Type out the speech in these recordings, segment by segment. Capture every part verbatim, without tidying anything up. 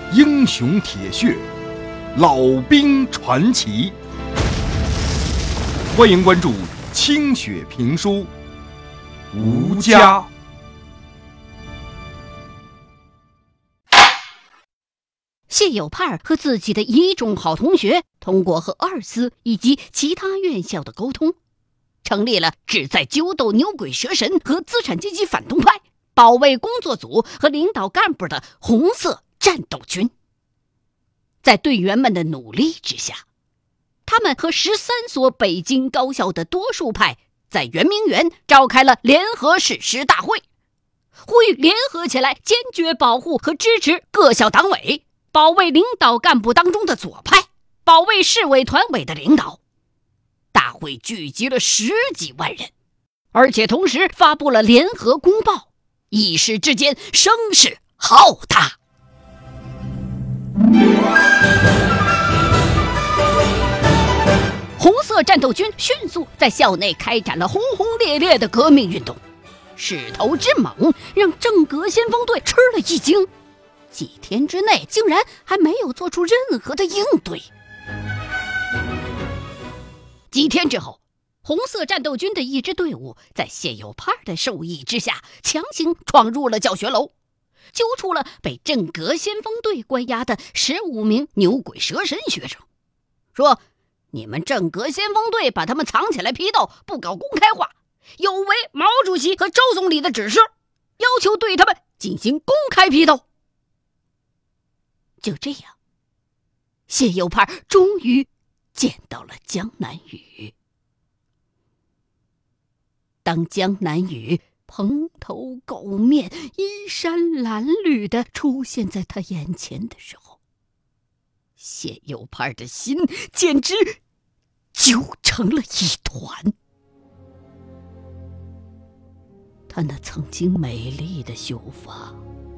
英雄铁血，老兵传奇。欢迎关注清雪评书《吴家》。 谢有盼和自己的一众好同学通过和二司以及其他院校的沟通，成立了旨在揪斗牛鬼蛇神和资产阶级反动派、保卫工作组和领导干部的红色战斗军。在队员们的努力之下，他们和十三所北京高校的多数派在圆明园召开了联合誓师大会，呼吁联合起来，坚决保护和支持各校党委，保卫领导干部当中的左派，保卫市委团委的领导。大会聚集了十几万人，而且同时发布了联合公报，一时之间声势浩大。红色战斗军迅速在校内开展了轰轰烈烈的革命运动，势头之猛让正革先锋队吃了一惊，几天之内竟然还没有做出任何的应对。几天之后，红色战斗军的一支队伍在谢有盼的授意之下，强行闯入了教学楼，揪出了被正革先锋队关押的十五名牛鬼蛇神学生，说你们正革先锋队把他们藏起来批斗，不搞公开化，有违毛主席和周总理的指示，要求对他们进行公开批斗。就这样，谢有盼终于见到了江南雨。当江南雨蓬头垢面、衣衫褴褛地出现在他眼前的时候，谢有盼的心简直揪成了一团。他那曾经美丽的秀发，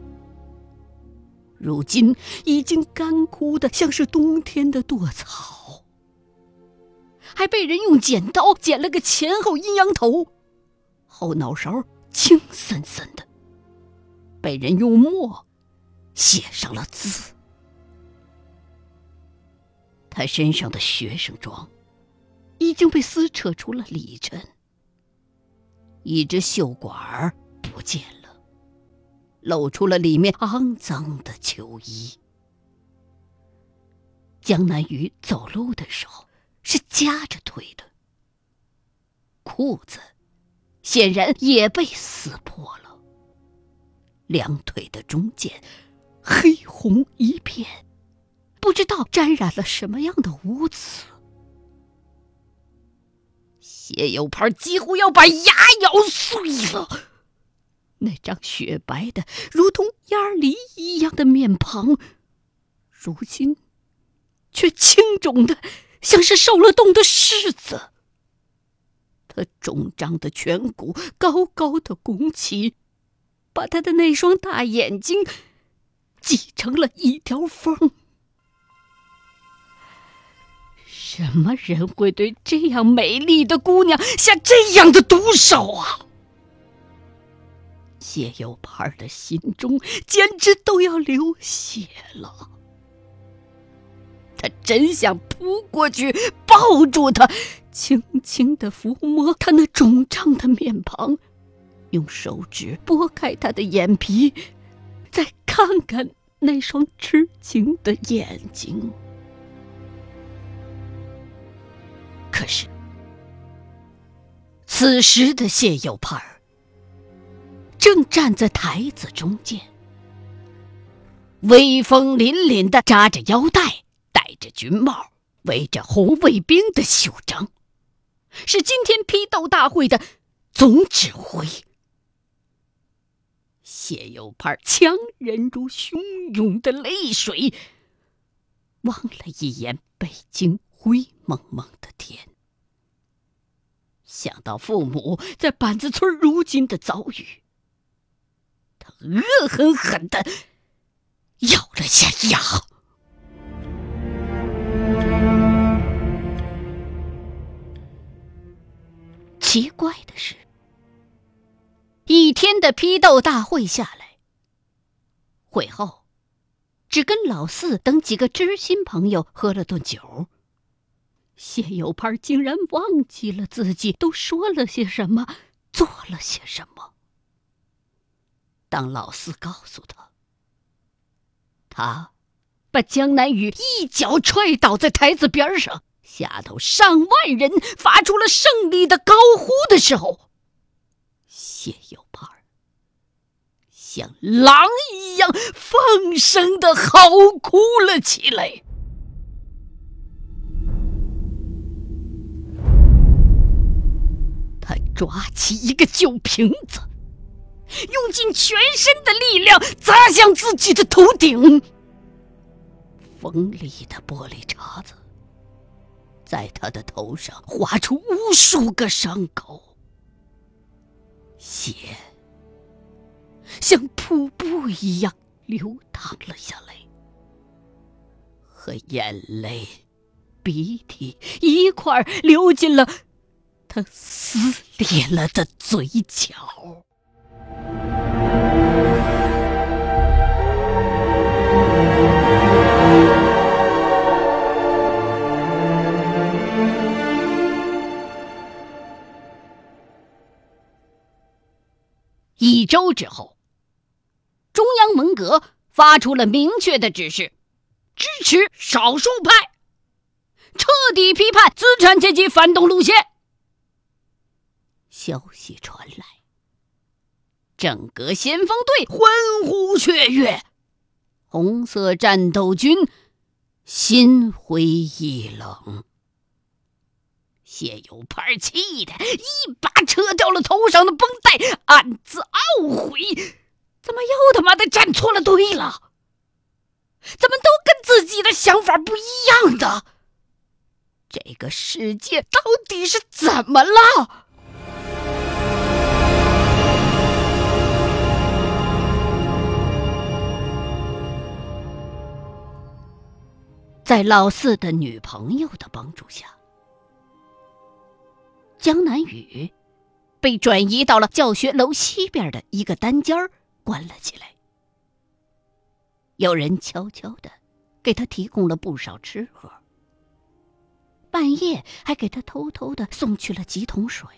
如今已经干枯的像是冬天的垛草，还被人用剪刀剪了个前后阴阳头，后脑勺青森森的，被人用墨写上了字。他身上的学生装已经被撕扯出了里衬，一只袖管不见了，露出了里面肮脏的秋衣。江南雨走路的时候是夹着腿的，裤子显然也被撕破了，两腿的中间黑红一片，不知道沾染了什么样的污渍。谢有盼几乎要把牙咬碎了，那张雪白的如同鸭梨一样的面庞，如今却青肿的像是受了冻的柿子。他肿胀的颧骨高高的拱起，把他的那双大眼睛挤成了一条缝。什么人会对这样美丽的姑娘下这样的毒手啊？谢有盼的心中简直都要流血了。他真想扑过去抱住她，轻轻地抚摸她那肿胀的面庞，用手指拨开她的眼皮，再看看那双痴情的眼睛。可是此时的谢有盼正站在台子中间，威风凛凛地扎着腰带，戴着军帽，围着红卫兵的袖章，是今天批斗大会的总指挥。谢有盼强忍住汹涌的泪水，望了一眼北京灰蒙蒙的天，想到父母在板子村如今的遭遇，他恶狠狠地咬了下牙。奇怪的是，一天的批斗大会下来，会后只跟老四等几个知心朋友喝了顿酒。谢有盼竟然忘记了自己都说了些什么，做了些什么。当老四告诉他，他把江南雨一脚踹倒在台子边上，下头上万人发出了胜利的高呼的时候，谢有盼像狼一样放声地嚎哭了起来。他抓起一个酒瓶子，用尽全身的力量砸向自己的头顶。锋利的玻璃碴子在他的头上划出无数个伤口，血像瀑布一样流淌了下来，和眼泪、鼻涕一块流进了他撕裂了的嘴角。一周之后，中央文革发出了明确的指示，支持少数派，彻底批判资产阶级反动路线。消息传来，整个先锋队欢呼雀跃，红色战斗军心灰意冷。谢有盼气得一把扯掉了头上的绷带，暗自懊悔，怎么又他妈的站错了队了？怎么都跟自己的想法不一样的？这个世界到底是怎么了？在老四的女朋友的帮助下，江南雨被转移到了教学楼西边的一个单间儿关了起来。有人悄悄地给他提供了不少吃喝，半夜还给他偷偷地送去了几桶水。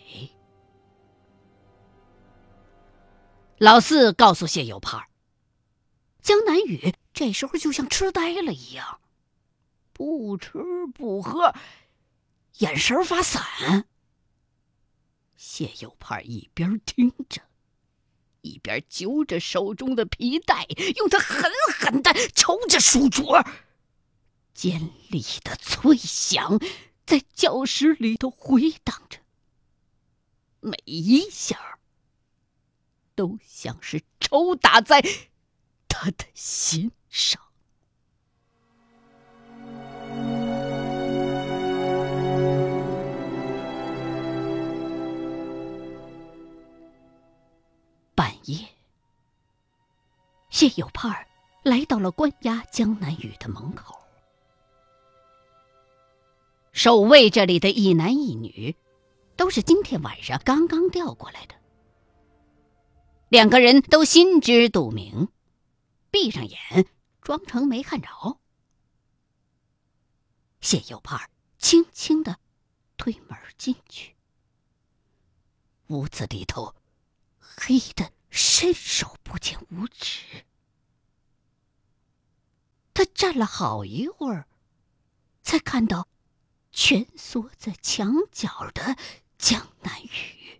老四告诉谢有盼，江南雨这时候就像痴呆了一样，不吃不喝，眼神发散。谢有盼一边听着，一边揪着手中的皮带，用它狠狠地抽着书桌，尖利的脆响在教室里头回荡着，每一下都像是抽打在他的心上。半夜，谢有盼来到了关押江南雨的门口。守卫这里的一男一女都是今天晚上刚刚调过来的，两个人都心知肚明，闭上眼装成没看着。谢有盼轻轻地推门进去，屋子里头黑得伸手不见五指。他站了好一会儿，才看到蜷缩在墙角的江南雨。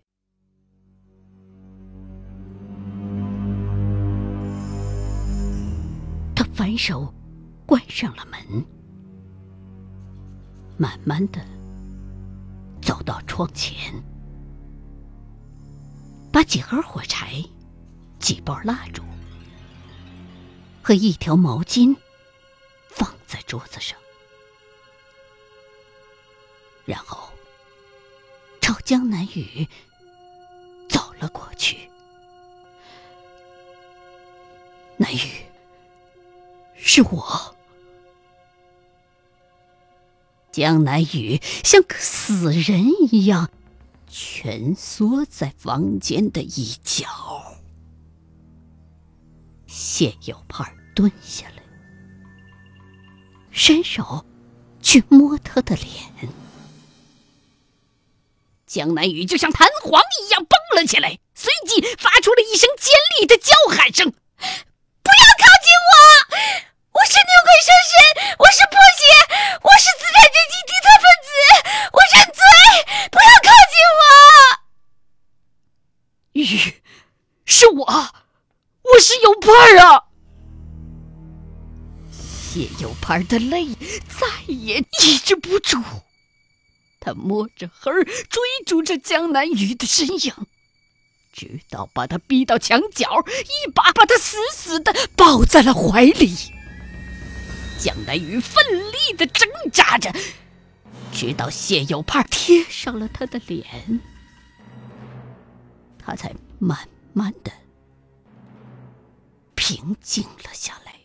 他反手关上了门，慢慢的走到窗前，把几盒火柴、几包蜡烛和一条毛巾放在桌子上，然后朝江南雨走了过去。南雨，是我。江南雨像个死人一样蜷缩在房间的一角。谢有盼蹲下来， 伸手去摸他的脸。江南雨就像弹簧一样蹦了起来，随即发出了一声尖利的叫喊声：不要靠近我！我是牛鬼蛇神，我是破邪，我是资产阶级地特分子，我认罪！不要靠近我！雨，是我，我是有盼啊！谢有盼的泪再也抑制不住，他摸着黑儿追逐着江南雨的身影，直到把他逼到墙角，一把把他死死地抱在了怀里。江南雨奋力地挣扎着，直到谢有盼贴上了他的脸，他才慢慢地平静了下来。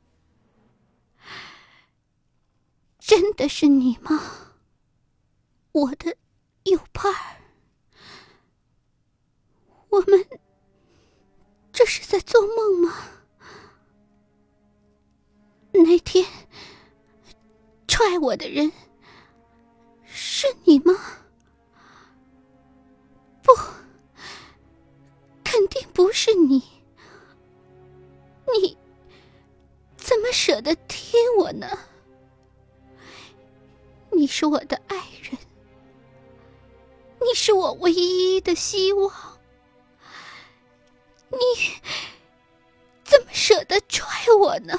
真的是你吗，我的有盼儿？我们这是在做梦吗？那天踹我的人是你吗？不，肯定不是你。你怎么舍得贴我呢？你是我的爱人，你是我唯一的希望，你怎么舍得踹我呢？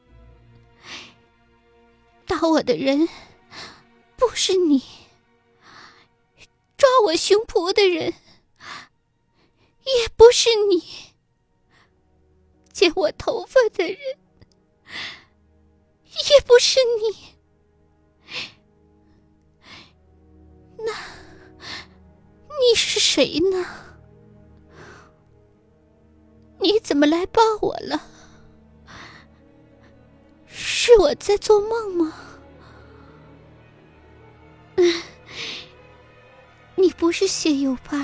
打我的人不是你，抓我胸脯的人也不是你，剪我头发的人也不是你。那你是谁呢？你怎么来抱我了？是我在做梦吗？嗯，你不是谢有盼，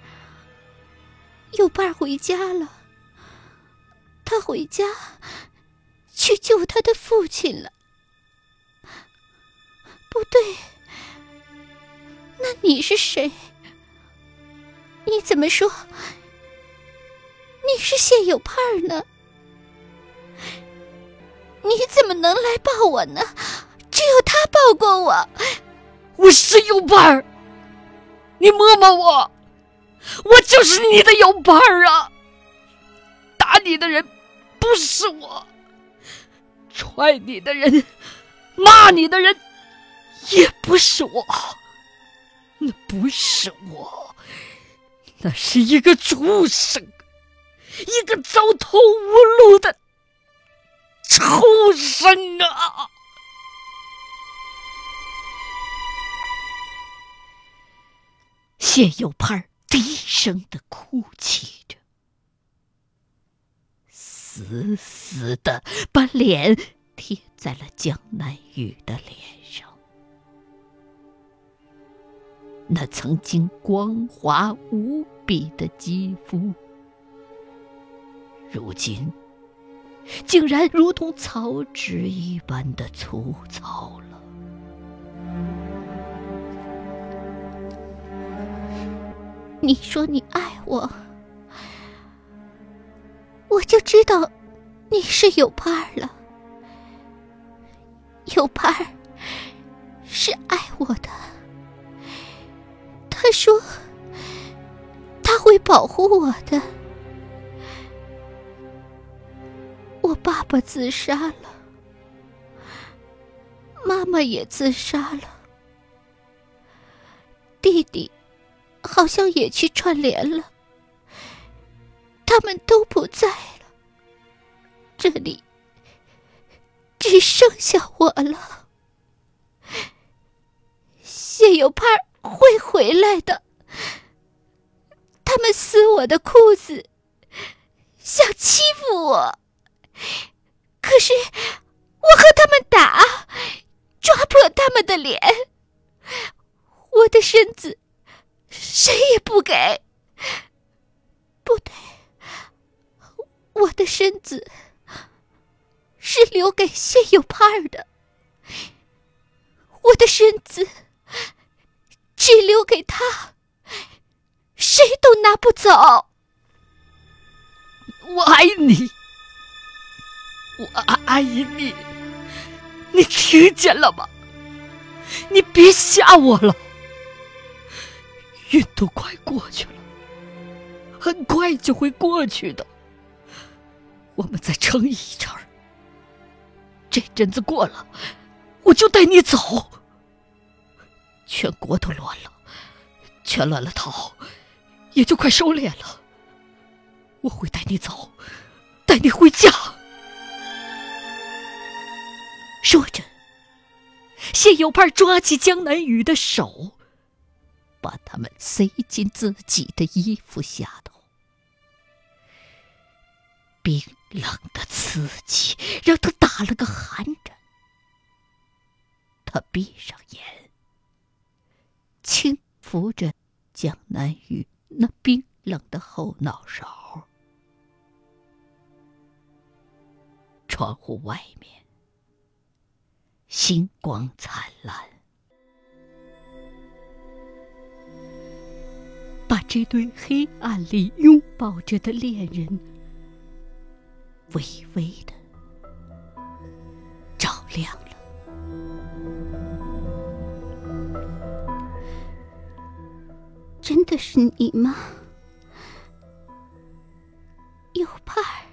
有盼回家了，他回家去救他的父亲了。不对，那你是谁？你怎么说你是谢有盼呢？你怎么能来抱我呢？只有他抱过我。我是有盼，你摸摸我，我就是你的有盼啊！打你的人不是我，踹你的人，骂你的人也不是我，那不是我，那是一个畜生，一个走投无路的畜生啊！谢有盼低声地哭泣着，死死地把脸贴在了江南雨的脸上。那曾经光滑无比的肌肤，如今竟然如同草纸一般的粗糙了。你说你爱我，我就知道你是有盼了。有盼是爱我的，他说他会保护我的。我爸爸自杀了，妈妈也自杀了，弟弟好像也去串联了，他们都不在了，这里只剩下我了。谢有盼会回来的，他们撕我的裤子，想欺负我，可是我和他们打，抓破他们的脸，我的身子谁也不给。不对，我的身子是留给谢有盼的， 我的身子只留给他，谁都拿不走。 我爱你，我爱你，你听见了吗？你别吓我了，云都快过去了，很快就会过去的。我们再撑一阵儿，这阵子过了，我就带你走。全国都乱了，全乱了套，也就快收敛了。我会带你走，带你回家。 说着，谢有盼抓起江南雨的手，把他们塞进自己的衣服下头。冰冷的刺激让他打了个寒颤，他闭上眼，轻抚着江南雨那冰冷的后脑勺。窗户外面星光灿烂，把这对黑暗里拥抱着的恋人微微的照亮了。真的是你吗，有盼儿？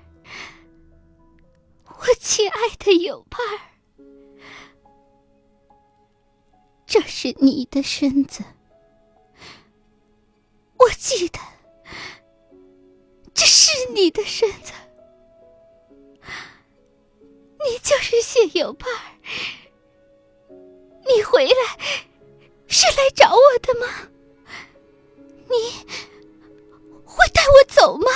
我亲爱的有盼儿，这是你的身子，我记得这是你的身子，你就是谢有盼儿。你回来是来找我的吗？你会带我走吗？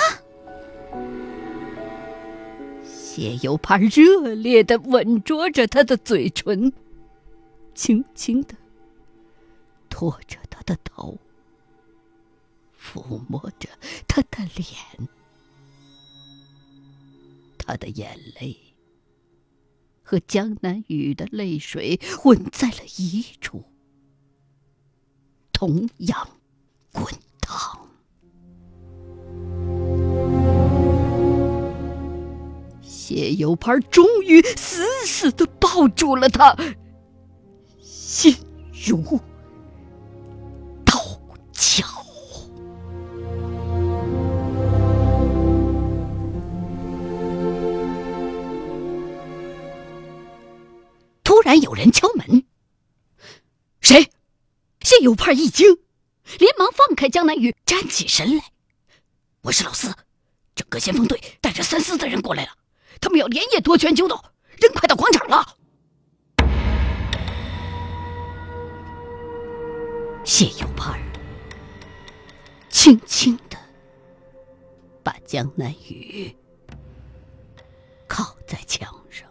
谢有盼热烈地吻捉着他的嘴唇，轻轻地托着他的头，抚摸着他的脸。他的眼泪和江南雨的泪水混在了一处，同样滚烫。谢有盼终于死死地抱住了他，心如刀绞。突然有人敲门，谁？谢有盼一惊，连忙放开江南雨，站起身来。我是老四，整个先锋队带着三四的人过来了，他们要连夜夺权揪斗，人快到广场了。谢有盼轻轻地把江南雨靠在墙上，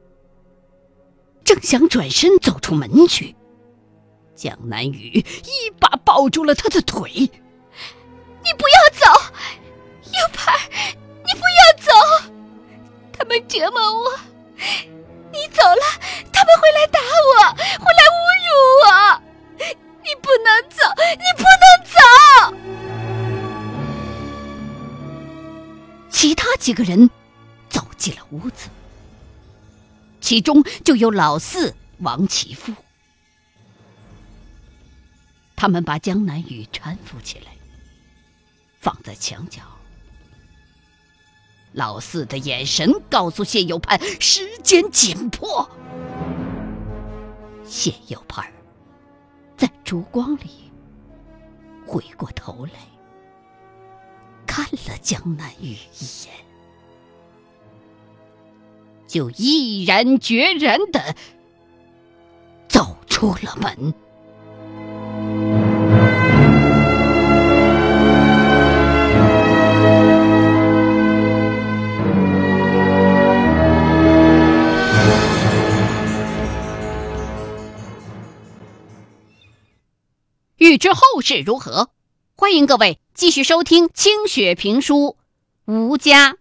正想转身走出门去，江南雨一把抱住了他的腿。你不要走，有盼，你不要走，他们折磨我，你走了他们会来打我，会来侮辱我，你不能走，你不能走。其他几个人走进了屋子，其中就有老四王其富。他们把江南雨搀扶起来，放在墙角。老四的眼神告诉谢有盼，时间紧迫。谢有盼在烛光里回过头来，看了江南雨一眼，就毅然决然地走出了门。欲知后事如何，欢迎各位继续收听清雪评书《吴家》。